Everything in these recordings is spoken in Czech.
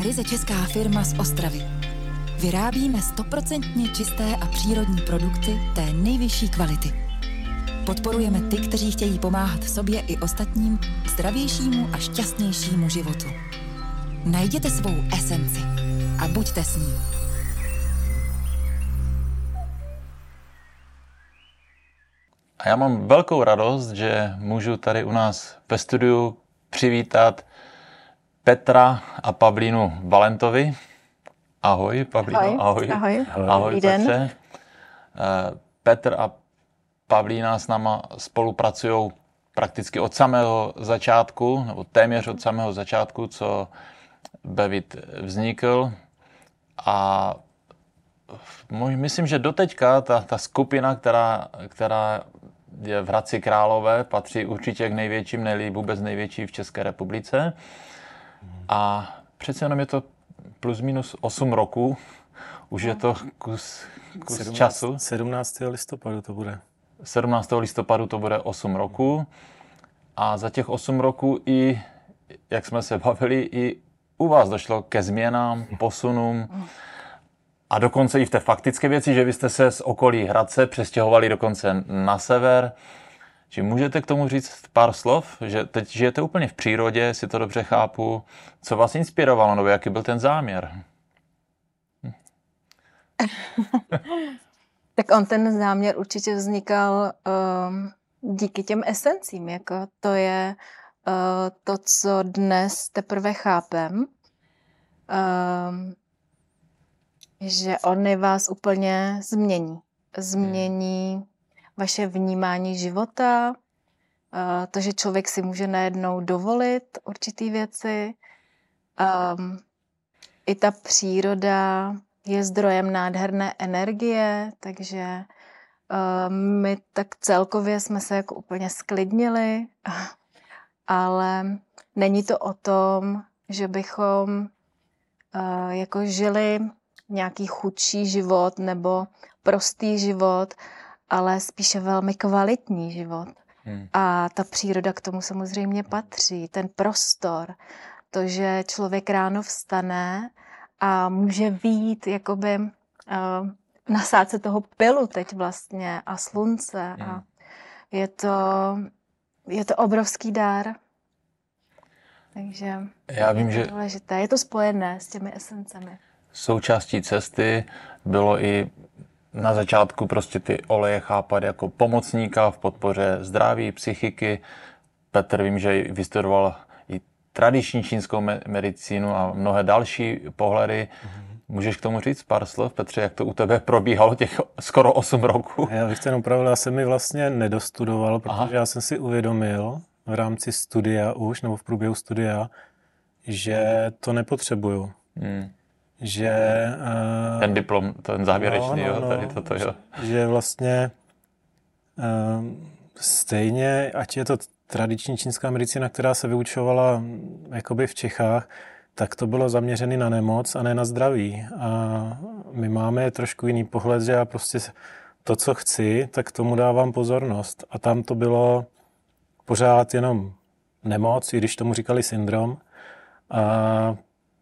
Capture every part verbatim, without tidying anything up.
ryze česká firma z Ostravy. Vyrábíme stoprocentně čisté a přírodní produkty té nejvyšší kvality. Podporujeme ty, kteří chtějí pomáhat sobě i ostatním k zdravějšímu a šťastnějšímu životu. Najděte svou esenci a buďte s ní. A já mám velkou radost, že můžu tady u nás ve studiu přivítat Petra a Pavlínu Valentovi. Ahoj, Pavlíno. Ahoj. Ahoj, ahoj. ahoj den. Petře. Petr a Pavlína s náma spolupracují prakticky od samého začátku, nebo téměř od samého začátku, co Bevit vznikl. A myslím, že doteďka ta, ta skupina, která, která je v Hradci Králové, patří určitě k největším, nejlíp vůbec největší v České republice. A přece jenom je to plus minus osm roků. Už je to kus, kus sedmnáct, času. sedmnáctého listopadu to bude. sedmnáctého listopadu to bude osm roků. A za těch osm roků i, jak jsme se bavili, i u vás došlo ke změnám, posunům. A dokonce i v té faktické věci, že vy jste se z okolí Hradce přestěhovali dokonce na sever. Či můžete k tomu říct pár slov? Že teď žijete úplně v přírodě, si to dobře chápu. Co vás inspirovalo, nebo jaký byl ten záměr? Hm. Tak on ten záměr určitě vznikal um, díky těm esencím. Jako to je uh, to, co dnes teprve chápem. Um, že oni vás úplně změní. Změní vaše vnímání života, to, že člověk si může najednou dovolit určitý věci. Um, I ta příroda je zdrojem nádherné energie, takže um, my tak celkově jsme se jako úplně sklidnili, ale není to o tom, že bychom uh, jako žili nějaký chudší život nebo prostý život, ale spíše velmi kvalitní život. Hmm. A ta příroda k tomu samozřejmě patří. Ten prostor, to, že člověk ráno vstane a může vyjít jakoby uh, na sádce toho pylu teď vlastně a slunce. Hmm. A je to, je to obrovský dár. Takže Já vím, je to že důležité. Je to spojené s těmi esencemi. Součástí cesty bylo i na začátku prostě ty oleje chápat jako pomocníka v podpoře zdraví, psychiky. Petr, vím, že vystudoval i tradiční čínskou medicínu a mnohé další pohledy. Mm-hmm. Můžeš k tomu říct pár slov, Petře, jak to u tebe probíhalo těch skoro osm roků? Já bych to jenom pravil, já jsem mi vlastně nedostudoval, protože Aha. já jsem si uvědomil v rámci studia už, nebo v průběhu studia, že to nepotřebuju. Hmm. Že... Uh, ten diplom, ten závěrečný, no, no, jo, tady toto, jo. Že vlastně uh, stejně, ať je to tradiční čínská medicína, která se vyučovala jakoby v Čechách, tak to bylo zaměřené na nemoc a ne na zdraví. A my máme trošku jiný pohled, že já prostě to, co chci, tak tomu dávám pozornost. A tam to bylo pořád jenom nemoc, i když tomu říkali syndrom. A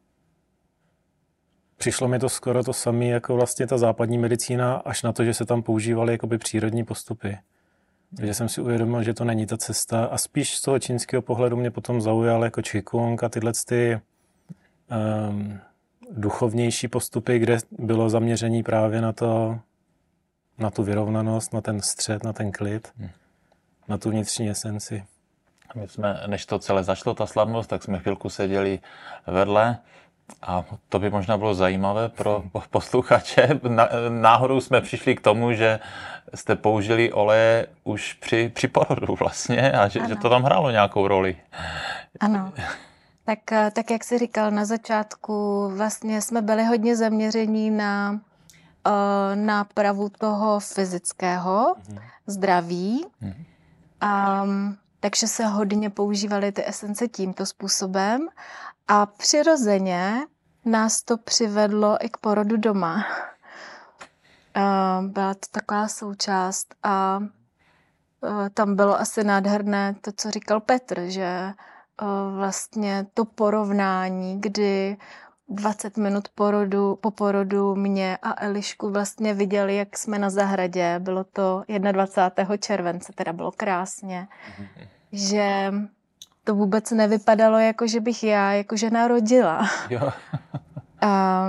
přišlo mi to skoro to samé jako vlastně ta západní medicína, až na to, že se tam používaly jakoby přírodní postupy. Takže jsem si uvědomil, že to není ta cesta. A spíš z toho čínského pohledu mě potom zaujal jako Qigong a tyhle ty um, duchovnější postupy, kde bylo zaměření právě na to, na tu vyrovnanost, na ten střed, na ten klid, hmm. na tu vnitřní esenci. My jsme, než to celé začalo, ta slavnost, tak jsme chvilku seděli vedle. A to by možná bylo zajímavé pro posluchače. Náhodou jsme přišli k tomu, že jste použili oleje už při, při porodu vlastně a že, že to tam hrálo nějakou roli. Ano. Tak, tak jak jsi říkal na začátku, vlastně jsme byli hodně zaměření na uh, nápravu toho fyzického mm. zdraví. Mm. Um, takže se hodně používaly ty esence tímto způsobem. A přirozeně nás to přivedlo i k porodu doma. Byla to taková součást a tam bylo asi nádherné to, co říkal Petr, že vlastně to porovnání, kdy dvacet minut porodu, po porodu mě a Elišku vlastně viděli, jak jsme na zahradě. Bylo to dvacátého prvního července, teda bylo krásně. Mm-hmm. Že to vůbec nevypadalo, jako že bych já jako žena rodila. Jo. a,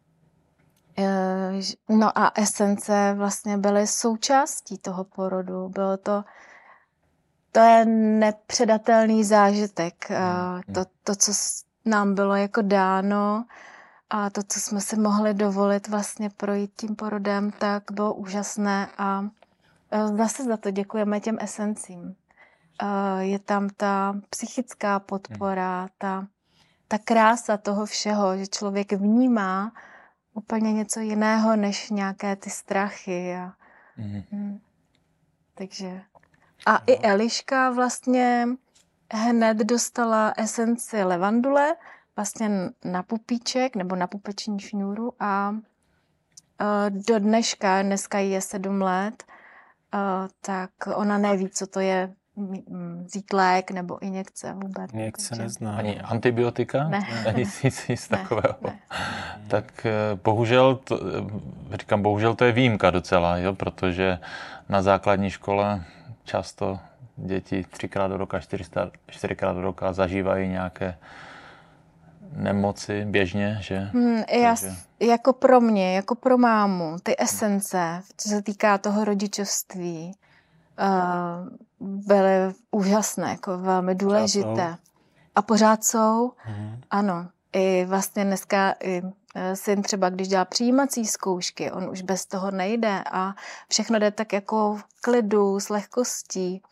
no a esence vlastně byly součástí toho porodu. Bylo to, to je nepředatelný zážitek. Mm-hmm. To, to, co nám bylo jako dáno a to, co jsme si mohli dovolit vlastně projít tím porodem, tak bylo úžasné a zase za to děkujeme těm esencím. Je tam ta psychická podpora, ta, ta krása toho všeho, že člověk vnímá úplně něco jiného, než nějaké ty strachy. A, mm. Hm. Takže. A no. I Eliška vlastně hned dostala esenci levandule, vlastně na pupíček nebo na pupeční šňůru a do dneška, dneska jí je sedm let, tak ona neví, co to je vzít lék nebo injekce vůbec. Injekce nezná. Ani antibiotika? Ne. Ani nic, nic takového. Ne. Tak bohužel, to, říkám, bohužel to je výjimka docela, jo, protože na základní škole často děti třikrát do roka, čtyřikrát, čtyřikrát do roka zažívají nějaké nemoci běžně, že? Hmm, já, Takže... Jako pro mě, jako pro mámu, ty esence, co se týká toho rodičovství, uh, byly úžasné, jako velmi důležité. A pořád jsou, hmm. ano. I vlastně dneska i syn třeba, když dělá přijímací zkoušky, on už bez toho nejde a všechno jde tak jako v klidu, s lehkostí.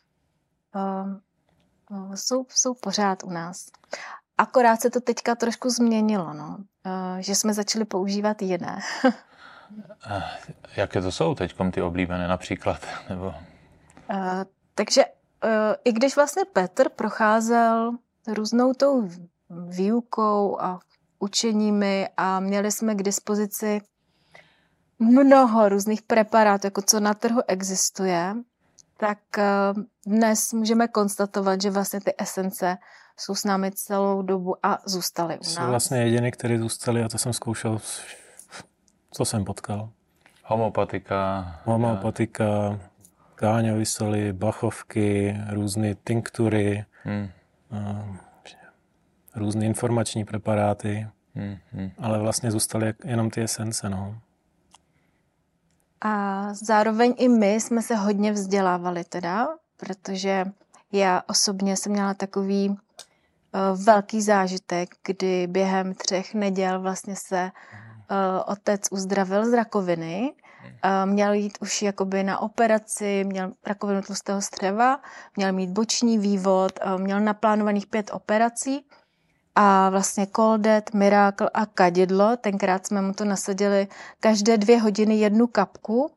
Uh, jsou, jsou pořád u nás. Akorát se to teďka trošku změnilo, no. Uh, že jsme začali používat jiné. Jaké to jsou teďkom ty oblíbené například? Nebo... Uh, takže uh, i když vlastně Petr procházel různou tou výukou a učeními a měli jsme k dispozici mnoho různých preparátů, jako co na trhu existuje, tak uh, dnes můžeme konstatovat, že vlastně ty esence jsou s námi celou dobu a zůstaly u nás. Jsou vlastně jediný, který zůstali a to jsem zkoušel, co jsem potkal. Homeopatika. Homeopatika, káňový soli, bachovky, různé tinktury, hmm. různé informační preparáty, hmm. Hmm. ale vlastně zůstaly jenom ty esence, no. A zároveň i my jsme se hodně vzdělávali teda, protože já osobně jsem měla takový uh, velký zážitek, kdy během třech neděl vlastně se uh, otec uzdravil z rakoviny. Uh, měl jít už jakoby na operaci, měl rakovinu tlustého střeva, měl mít boční vývod, uh, měl naplánovaných pět operací a vlastně Coldet, Miracle a kadidlo. Tenkrát jsme mu to nasadili každé dvě hodiny jednu kapku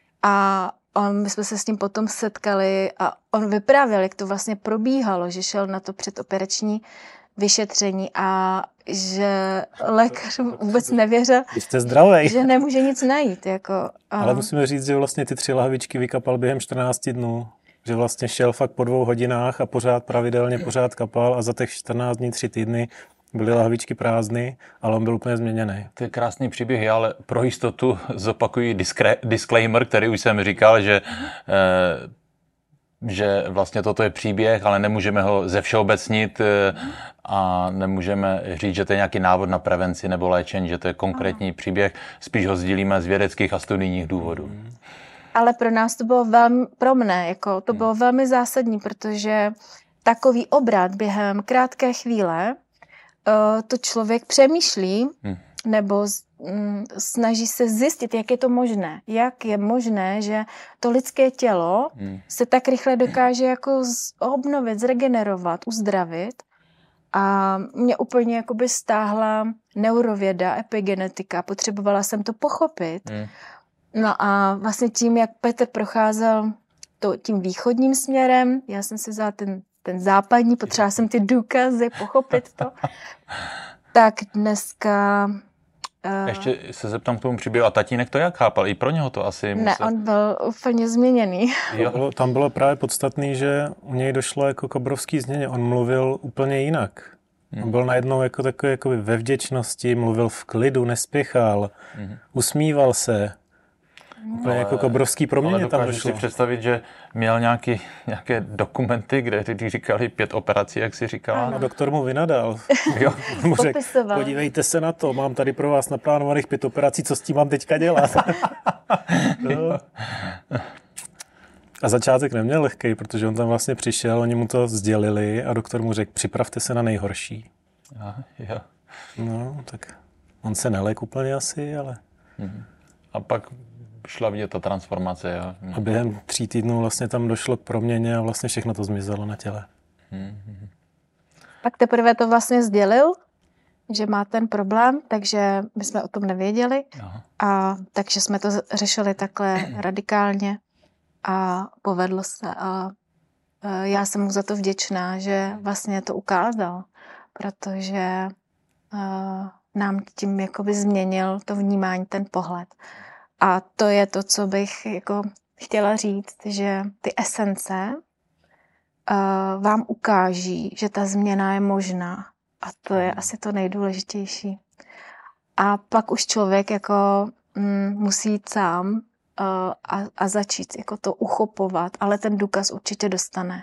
a on, my jsme se s ním potom setkali a on vyprávěl, jak to vlastně probíhalo, že šel na to předoperační vyšetření a že lékař vůbec nevěřil, jste zdravej. Že nemůže nic najít. Jako, a... Ale musíme říct, že vlastně ty tři lahvičky vykapal během čtrnácti dnů. Že vlastně šel fakt po dvou hodinách a pořád pravidelně pořád kapal a za těch čtrnáct dní, tři týdny byly lahvičky prázdný, ale on byl úplně změněný. To je krásný příběh, ale pro jistotu zopakuji diskre, disclaimer, který už jsem říkal, že, eh, že vlastně toto je příběh, ale nemůžeme ho zevšeobecnit eh, a nemůžeme říct, že to je nějaký návod na prevenci nebo léčení, že to je konkrétní příběh, spíš ho sdílíme z vědeckých a studijních důvodů. Hmm. Ale pro nás to bylo velmi, pro mne, jako, to bylo velmi zásadní, protože takový obrat během krátké chvíle uh, to člověk přemýšlí hmm. nebo um, snaží se zjistit, jak je to možné. Jak je možné, že to lidské tělo hmm. se tak rychle dokáže jako obnovit, zregenerovat, uzdravit. A mě úplně jakoby stáhla neurověda, epigenetika. Potřebovala jsem to pochopit. Hmm. No a vlastně tím, jak Petr procházel to, tím východním směrem, já jsem si vzala ten, ten západní, potřebovala jsem ty důkazy, pochopit to, tak dneska... Uh, Ještě se zeptám k tomu příběhu, a tatínek to jak chápal? I pro něho to asi musel... Ne, on byl úplně změněný. Jo, tam bylo právě podstatný, že u něj došlo jako k obrovský změně. On mluvil úplně jinak. Mm. On byl najednou jako takový jakoby ve vděčnosti, mluvil v klidu, nespěchal, mm. usmíval se. Úplně jako k obrovský proměně tam došlo. Si představit, že měl nějaký, nějaké dokumenty, kde ty říkali pět operací, jak si říkala. No, doktor mu vynadal. Jo. Mu řekl, podívejte se na to, mám tady pro vás naplánovaných pět operací, co s tím mám teďka dělat. No. A začátek neměl lehkej, protože on tam vlastně přišel, oni mu to sdělili a doktor mu řekl, připravte se na nejhorší. Aha, jo. No, tak on se nelek úplně asi, ale... Mhm. A pak šla vidět ta transformace, jo? A během tří týdnů vlastně tam došlo k proměně a vlastně všechno to zmizelo na těle. Mhm. Pak teprve to vlastně sdělil, že má ten problém, takže my jsme o tom nevěděli. Aha. A takže jsme to řešili takhle radikálně a povedlo se. A já jsem mu za to vděčná, že vlastně to ukázal, protože nám tím jakoby změnil to vnímání, ten pohled. A to je to, co bych jako chtěla říct, že ty esence vám ukáží, že ta změna je možná. A to je asi to nejdůležitější. A pak už člověk jako mm, musí jít sám uh, a, a začít jako to uchopovat, ale ten důkaz určitě dostane.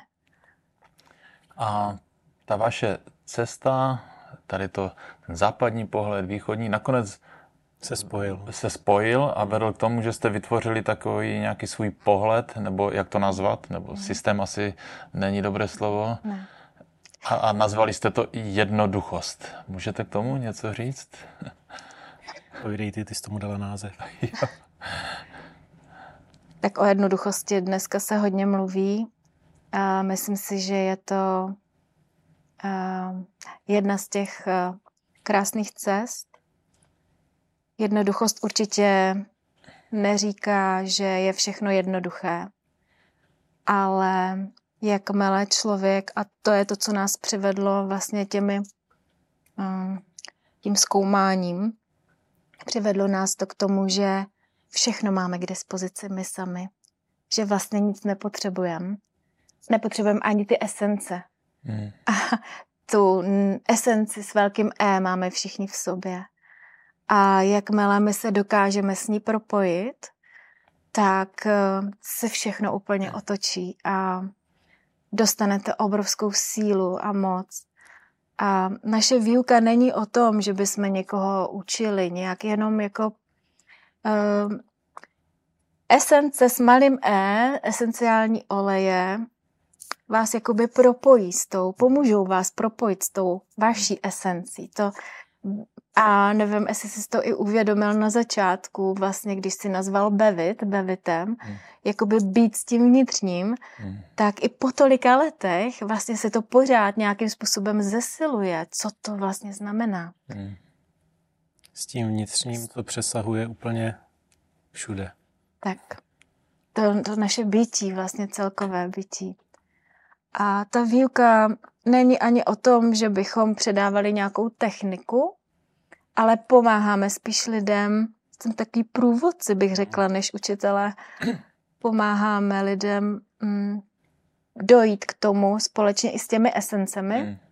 A ta vaše cesta, tady to, ten západní pohled, východní, nakonec se spojil. Se spojil a vedl k tomu, že jste vytvořili takový nějaký svůj pohled, nebo jak to nazvat, nebo systém asi není dobré slovo. Ne. A, a nazvali jste to jednoduchost. Můžete k tomu něco říct? Povídej ty, ty jsi tomu dala název. Jo. Tak o jednoduchosti dneska se hodně mluví. A myslím si, že je to jedna z těch krásných cest. Jednoduchost určitě neříká, že je všechno jednoduché, ale jakmile člověk, a to je to, co nás přivedlo vlastně těmi, tím zkoumáním, přivedlo nás to k tomu, že všechno máme k dispozici my sami, že vlastně nic nepotřebujeme. Nepotřebujeme ani ty esence. Hmm. A tu esenci s velkým E máme všichni v sobě. A jakmile my se dokážeme s ní propojit, tak se všechno úplně otočí a dostanete obrovskou sílu a moc. A naše výuka není o tom, že bychom někoho učili, nějak jenom jako uh, esence s malým E, esenciální oleje, vás jakoby propojí s tou, pomůžou vás propojit s tou vaší esencí. To, a nevím, jestli jsi to i uvědomil na začátku, vlastně, když jsi nazval Bevit, Bevitem, hmm. jakoby být s tím vnitřním, hmm. tak i po tolika letech vlastně se to pořád nějakým způsobem zesiluje. Co to vlastně znamená? Hmm. S tím vnitřním to přesahuje úplně všude. Tak. To, to naše bytí, vlastně celkové bytí. A ta výuka není ani o tom, že bychom předávali nějakou techniku, ale pomáháme spíš lidem, jsem takový průvodci, bych řekla, než učitelé. Pomáháme lidem mm, dojít k tomu společně i s těmi esencemi, mm. uh,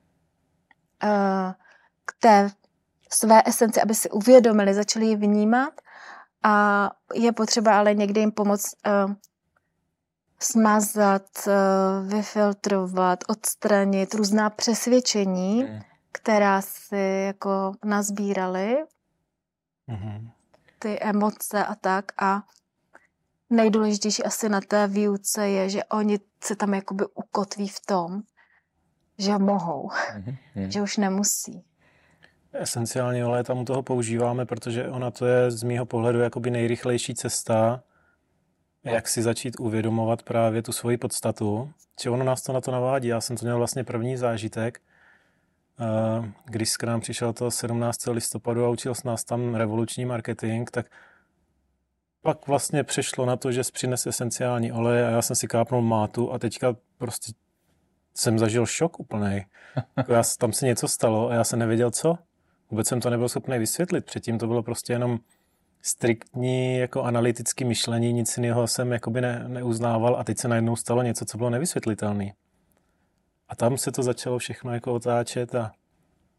k té své esenci, aby si uvědomili, začali ji vnímat a je potřeba ale někdy jim pomoct uh, smazat, uh, vyfiltrovat, odstranit různá přesvědčení, mm. která si jako nazbírali, mm-hmm. ty emoce a tak. A nejdůležitější asi na té výuce je, že oni se tam jakoby ukotví v tom, že mohou, mm-hmm. že už nemusí. Esenciální olej tam u toho používáme, protože ona to je z mýho pohledu jakoby nejrychlejší cesta, jak si začít uvědomovat právě tu svoji podstatu. Či ono nás to na to navádí. Já jsem to měl vlastně první zážitek, když k nám přišel to sedmnáctého listopadu a učil s nás tam revoluční marketing, tak pak vlastně přešlo na to, že jsi přines esenciální olej a já jsem si kápnul mátu a teďka prostě jsem zažil šok úplnej. Jako já, tam se něco stalo a já jsem nevěděl co. Vůbec jsem to nebyl schopný vysvětlit. Předtím to bylo prostě jenom striktní jako analytické myšlení, nic jiného jsem jakoby ne, neuznával a teď se najednou stalo něco, co bylo nevysvětlitelné. A tam se to začalo všechno jako otáčet a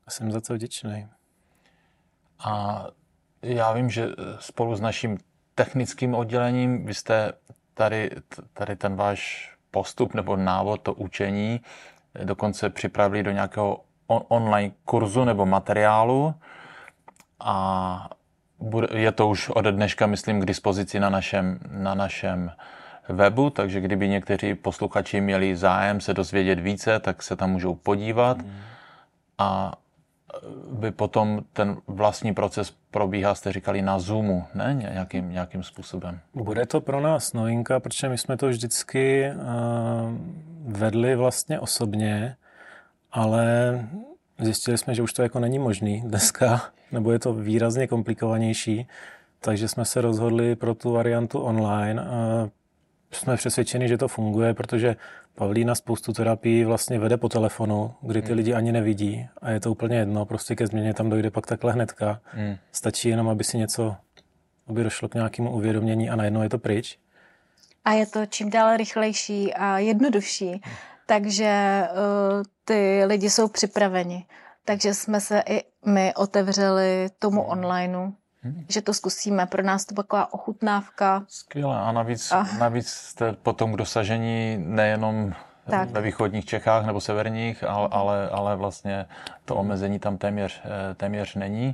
jsem za to vděčný. A já vím, že spolu s naším technickým oddělením vy jste tady, tady ten váš postup nebo návod, to učení dokonce připravili do nějakého on- online kurzu nebo materiálu a bude, je to už od dneška, myslím, k dispozici na našem, na našem webu, takže kdyby někteří posluchači měli zájem se dozvědět více, tak se tam můžou podívat mm. a by potom ten vlastní proces probíhá, jste říkali, na Zoomu, ne? Nějakým, nějakým způsobem. Bude to pro nás novinka, protože my jsme to vždycky uh, vedli vlastně osobně, ale zjistili jsme, že už to jako není možný dneska, nebo je to výrazně komplikovanější, takže jsme se rozhodli pro tu variantu online. Uh, jsme přesvědčeni, že to funguje, protože Pavlína spoustu terapií vlastně vede po telefonu, kdy ty lidi ani nevidí a je to úplně jedno, prostě ke změně tam dojde pak takhle hnedka. Hmm. Stačí jenom, aby si něco, aby došlo k nějakému uvědomění a najednou je to pryč. A je to čím dál rychlejší a jednodušší, hmm. takže uh, ty lidi jsou připraveni. Takže jsme se i my otevřeli tomu hmm. onlineu. Hmm. Že to zkusíme. Pro nás to byla taková ochutnávka. Skvěle. A navíc, a... navíc jste potom k dosažení nejenom tak. ve východních Čechách nebo severních, ale, ale, ale vlastně to omezení tam téměř, téměř není.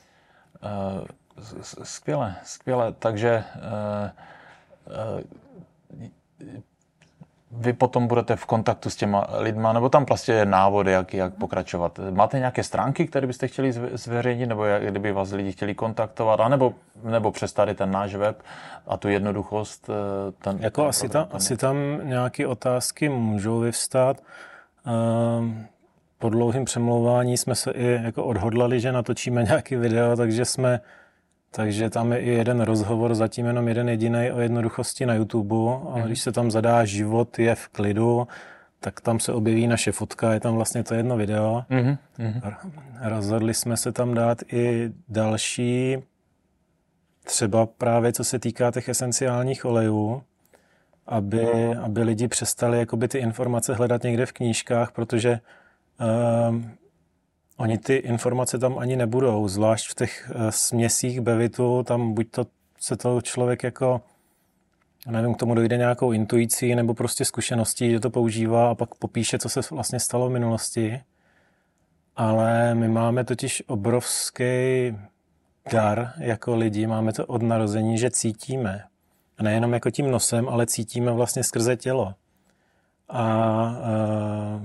Skvěle, skvěle. Takže vy potom budete v kontaktu s těma lidma, nebo tam prostě je návody, jak, jak pokračovat. Máte nějaké stránky, které byste chtěli zveřejnit, nebo jak, kdyby vás lidi chtěli kontaktovat, anebo, nebo přes tady ten náš web a tu jednoduchost? Ten, jako ten asi, tam, asi tam nějaké otázky můžou vyvstat. Po dlouhém přemlouvání jsme se i jako odhodlali, že natočíme nějaký video, takže jsme Takže tam je i jeden rozhovor, zatím jenom jeden jediný o jednoduchosti na YouTube. A když se tam zadá život je v klidu, tak tam se objeví naše fotka, je tam vlastně to jedno video. Mm-hmm. Rozhodli jsme se tam dát i další, třeba právě co se týká těch esenciálních olejů, aby, aby lidi přestali jakoby ty informace hledat někde v knížkách, protože um, oni ty informace tam ani nebudou, zvlášť v těch uh, směsích bevitu, tam buď to se to člověk jako, nevím, k tomu dojde nějakou intuicí nebo prostě zkušeností, že to používá a pak popíše, co se vlastně stalo v minulosti. Ale my máme totiž obrovský dar jako lidi, máme to od narození, že cítíme. A nejenom jako tím nosem, ale cítíme vlastně skrze tělo. A uh,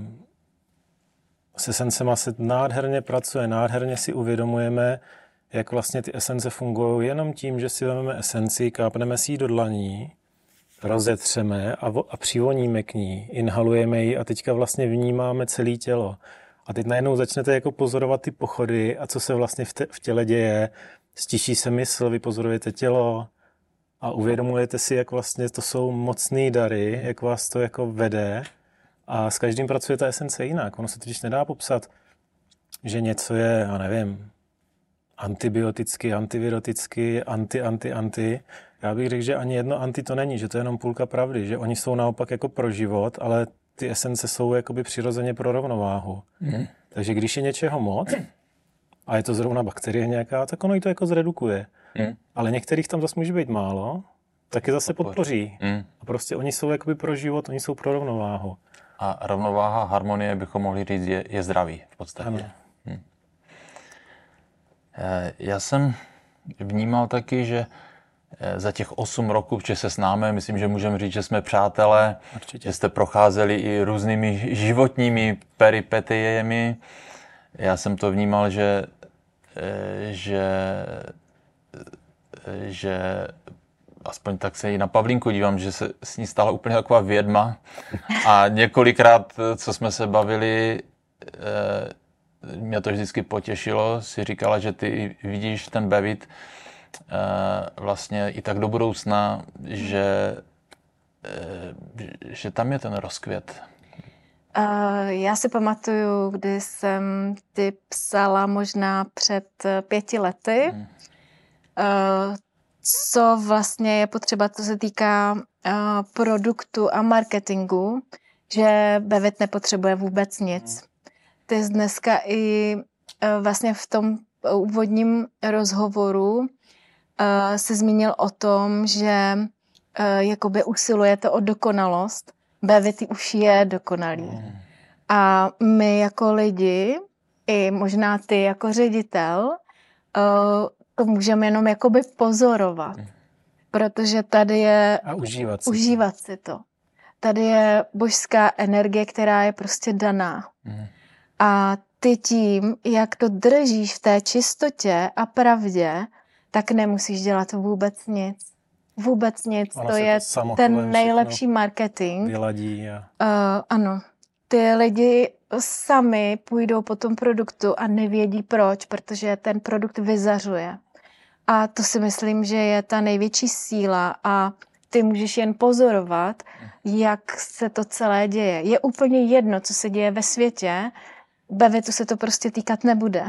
s esencema se nádherně pracuje, nádherně si uvědomujeme, jak vlastně ty esence fungují jenom tím, že si vezmeme esenci, kápneme si ji do dlaní, rozetřeme a, vo, a přivoníme k ní, inhalujeme ji a teďka vlastně vnímáme celé tělo. A teď najednou začnete jako pozorovat ty pochody a co se vlastně v, te, v těle děje. Stiší se mysl, vy pozorujete tělo a uvědomujete si, jak vlastně to jsou mocný dary, jak vás to jako vede. A s každým pracuje ta esence jinak. Ono se totiž nedá popsat, že něco je, já nevím, antibioticky, antiviroticky, anti, anti, anti. Já bych řekl, že ani jedno anti to není, že to je jenom půlka pravdy, že oni jsou naopak jako pro život, ale ty esence jsou jakoby přirozeně pro rovnováhu. Mm. Takže když je něčeho moc a je to zrovna bakterie nějaká, tak ono ji to jako zredukuje. Mm. Ale některých tam zase může být málo, tak je zase podpoří. Mm. A prostě oni jsou jakoby pro život, oni jsou pro rovnováhu. A rovnováha, harmonie, bychom mohli říct, je, je zdraví v podstatě. Ano. Hm. Já jsem vnímal taky, že za těch osm roků, že se známe, myslím, že můžeme říct, že jsme přátelé, určitě. Že jste procházeli i různými životními peripetiemi. Já jsem to vnímal, že, že, že aspoň tak se i na Pavlínku dívám, že se s ní stala úplně taková vědma. A několikrát, co jsme se bavili, mě to vždycky potěšilo. Si říkala, že ty vidíš ten bevit vlastně i tak do budoucna, že, že tam je ten rozkvět. Uh, já si pamatuju, kdy jsem ty psala možná před pěti lety, hmm. uh, co vlastně je potřeba, co se týká uh, produktu a marketingu, že Bevit nepotřebuje vůbec nic. Ty jsi dneska i vlastně v tom úvodním rozhovoru se zmínil o tom, že jakoby usilujete o dokonalost. Bevity už je dokonalý. A my jako lidi, i možná ty jako ředitel, to můžeme jenom jakoby pozorovat. Protože tady je... A užívat si. Užívat si to. Tady je božská energie, která je prostě daná. Mm. A ty tím, jak to držíš v té čistotě a pravdě, tak nemusíš dělat vůbec nic. Vůbec nic. Ono to je to ten nejlepší marketing. Vyladí a... Uh, ano. Ty lidi sami půjdou po tom produktu a nevědí proč, protože ten produkt vyzařuje. A to si myslím, že je ta největší síla a ty můžeš jen pozorovat, jak se to celé děje. Je úplně jedno, co se děje ve světě, Bevitu se to prostě týkat nebude.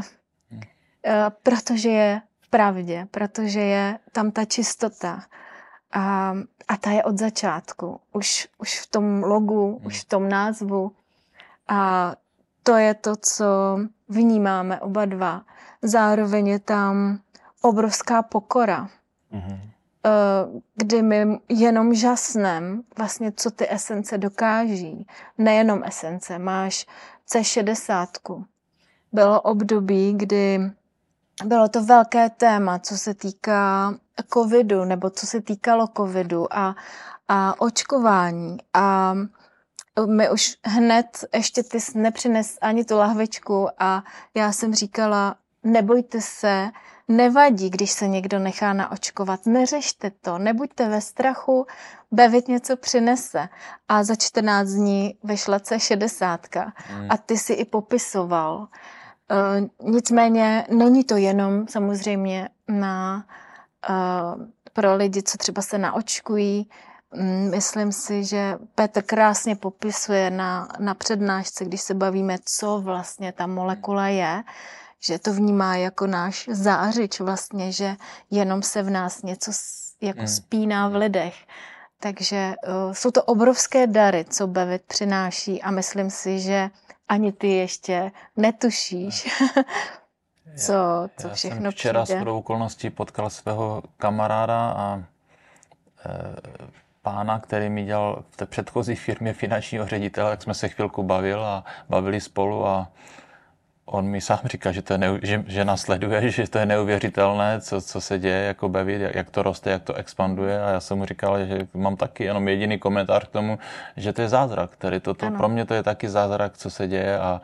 Protože je v pravdě, protože je tam ta čistota. A, a ta je od začátku. Už, už v tom logu, už v tom názvu. A to je to, co vnímáme oba dva. Zároveň je tam obrovská pokora, mm-hmm. kdy my jenom žasnem vlastně, co ty esence dokáží. Nejenom esence, máš C šedesát. Bylo období, kdy bylo to velké téma, co se týká covidu, nebo co se týkalo covidu a, a očkování. A my už hned, ještě ty jsi nepřines ani tu lahvičku a já jsem říkala, nebojte se, nevadí, když se někdo nechá naočkovat, neřešte to, nebuďte ve strachu, Bevit něco přinese. A za čtrnáct dní vyšla C šedesát hmm. a ty si i popisoval. Uh, nicméně není to jenom samozřejmě na, uh, pro lidi, co třeba se naočkují. Myslím si, že Petr krásně popisuje na, na přednášce, když se bavíme, co vlastně ta molekula je, že to vnímá jako náš zářič vlastně, že jenom se v nás něco jako mm. spíná v lidech. Takže uh, jsou to obrovské dary, co Bevit přináší a myslím si, že ani ty ještě netušíš, co, co všechno Já jsem včera přijde. s shodou okolností potkal svého kamaráda a e, pána, který mi dělal v té předchozí firmě finančního ředitele, tak jsme se chvilku bavil a bavili spolu a on mi sám říká, že, to je neu, že, že nás sleduje, že to je neuvěřitelné, co, co se děje jako Bevit, jak, jak to roste, jak to expanduje a já jsem mu říkal, že mám taky jenom jediný komentář k tomu, že to je zázrak. Tedy toto, pro mě to je taky zázrak, co se děje a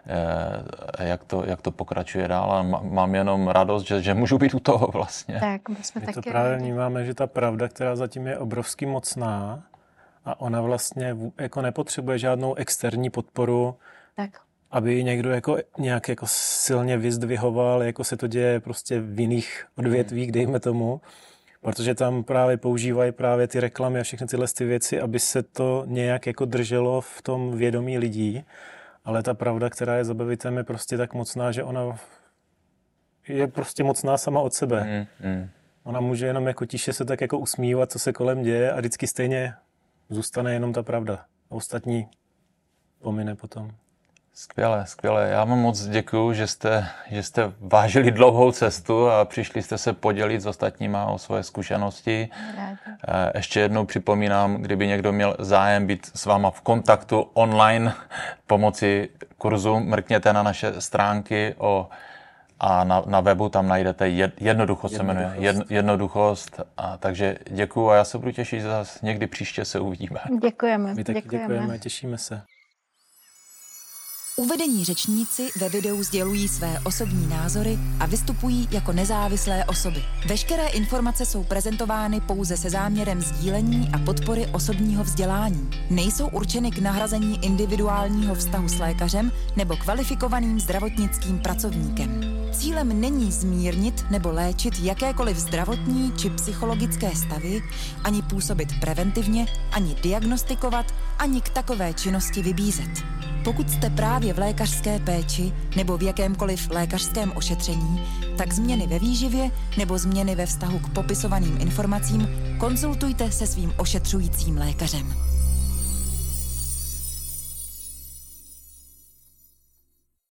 e, jak, to, jak to pokračuje dál a mám jenom radost, že, že můžu být u toho vlastně. Tak, my jsme My taky to právě rádi. vnímáme, že ta pravda, která zatím je obrovsky mocná a ona vlastně jako nepotřebuje žádnou externí podporu, Tak. aby ji někdo jako nějak jako silně vyzdvihoval, jako se to děje prostě v jiných odvětvích, dejme tomu, protože tam právě používají právě ty reklamy a všechny tyhle ty věci, aby se to nějak jako drželo v tom vědomí lidí, ale ta pravda, která je za Bevitem, je prostě tak mocná, že ona je prostě mocná sama od sebe. Mm, mm. Ona může jenom jako tiše se tak jako usmívat, co se kolem děje a vždycky stejně zůstane jenom ta pravda. A ostatní pomine potom. Skvěle, skvěle. Já vám moc děkuju, že jste, že jste vážili dlouhou cestu a přišli jste se podělit s ostatníma o svoje zkušenosti. Rádi. Ještě jednou připomínám, kdyby někdo měl zájem být s váma v kontaktu online pomocí kurzu, mrkněte na naše stránky o, a na, na webu tam najdete jed, jednoduchost, se jmenuje. Jed, jednoduchost. A, takže děkuju a já se budu těšit, že zase někdy příště se uvidíme. Děkujeme. My taky děkujeme. děkujeme a těšíme se. Uvedení řečníci ve videu sdělují své osobní názory a vystupují jako nezávislé osoby. Veškeré informace jsou prezentovány pouze se záměrem sdílení a podpory osobního vzdělání. Nejsou určeny k nahrazení individuálního vztahu s lékařem nebo kvalifikovaným zdravotnickým pracovníkem. Cílem není zmírnit nebo léčit jakékoliv zdravotní či psychologické stavy, ani působit preventivně, ani diagnostikovat, ani k takové činnosti vybízet. Pokud jste právě v lékařské péči nebo v jakémkoliv lékařském ošetření, tak změny ve výživě nebo změny ve vztahu k popisovaným informacím konzultujte se svým ošetřujícím lékařem.